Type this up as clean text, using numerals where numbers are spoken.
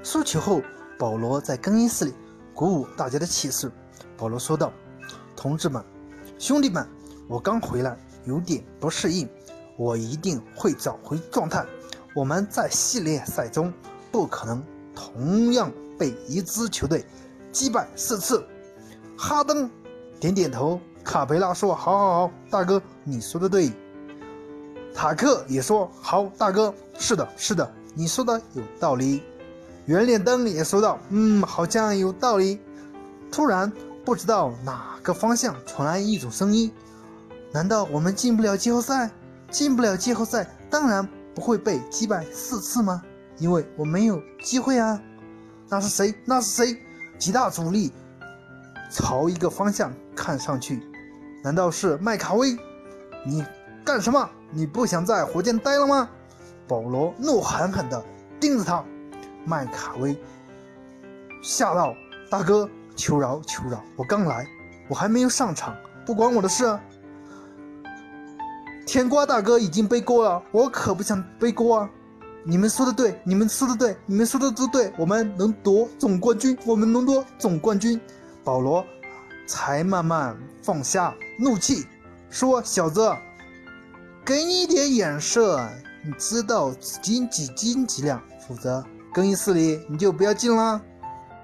输球后，保罗在更衣室里鼓舞大家的气势。保罗说道：“同志们，兄弟们，我刚回来，有点不适应，我一定会找回状态。我们在系列赛中不可能同样被一支球队击败4次。”哈登点点头，卡佩拉说：“好，大哥，你说的对。”塔克也说：“好，大哥，是的，你说的有道理。”圆脸灯也说道：“好像有道理。”突然，不知道哪个方向传来一种声音：“难道我们进不了季后赛？进不了季后赛，当然不会被击败4次吗？因为我没有机会啊！”那是谁？极大阻力朝一个方向看上去，难道是麦卡威？你干什么？你不想在火箭待了吗？保罗怒狠狠地盯着他。麦卡威吓到：“大哥，求饶，我刚来，我还没有上场，不关我的事啊。”甜瓜大哥已经背锅了，我可不想背锅啊！你们说的对，你们说的都对，我们能夺总冠军。保罗才慢慢放下怒气，说：“小子，给你一点眼色，你知道几斤几两，否则更衣室里你就不要进了。”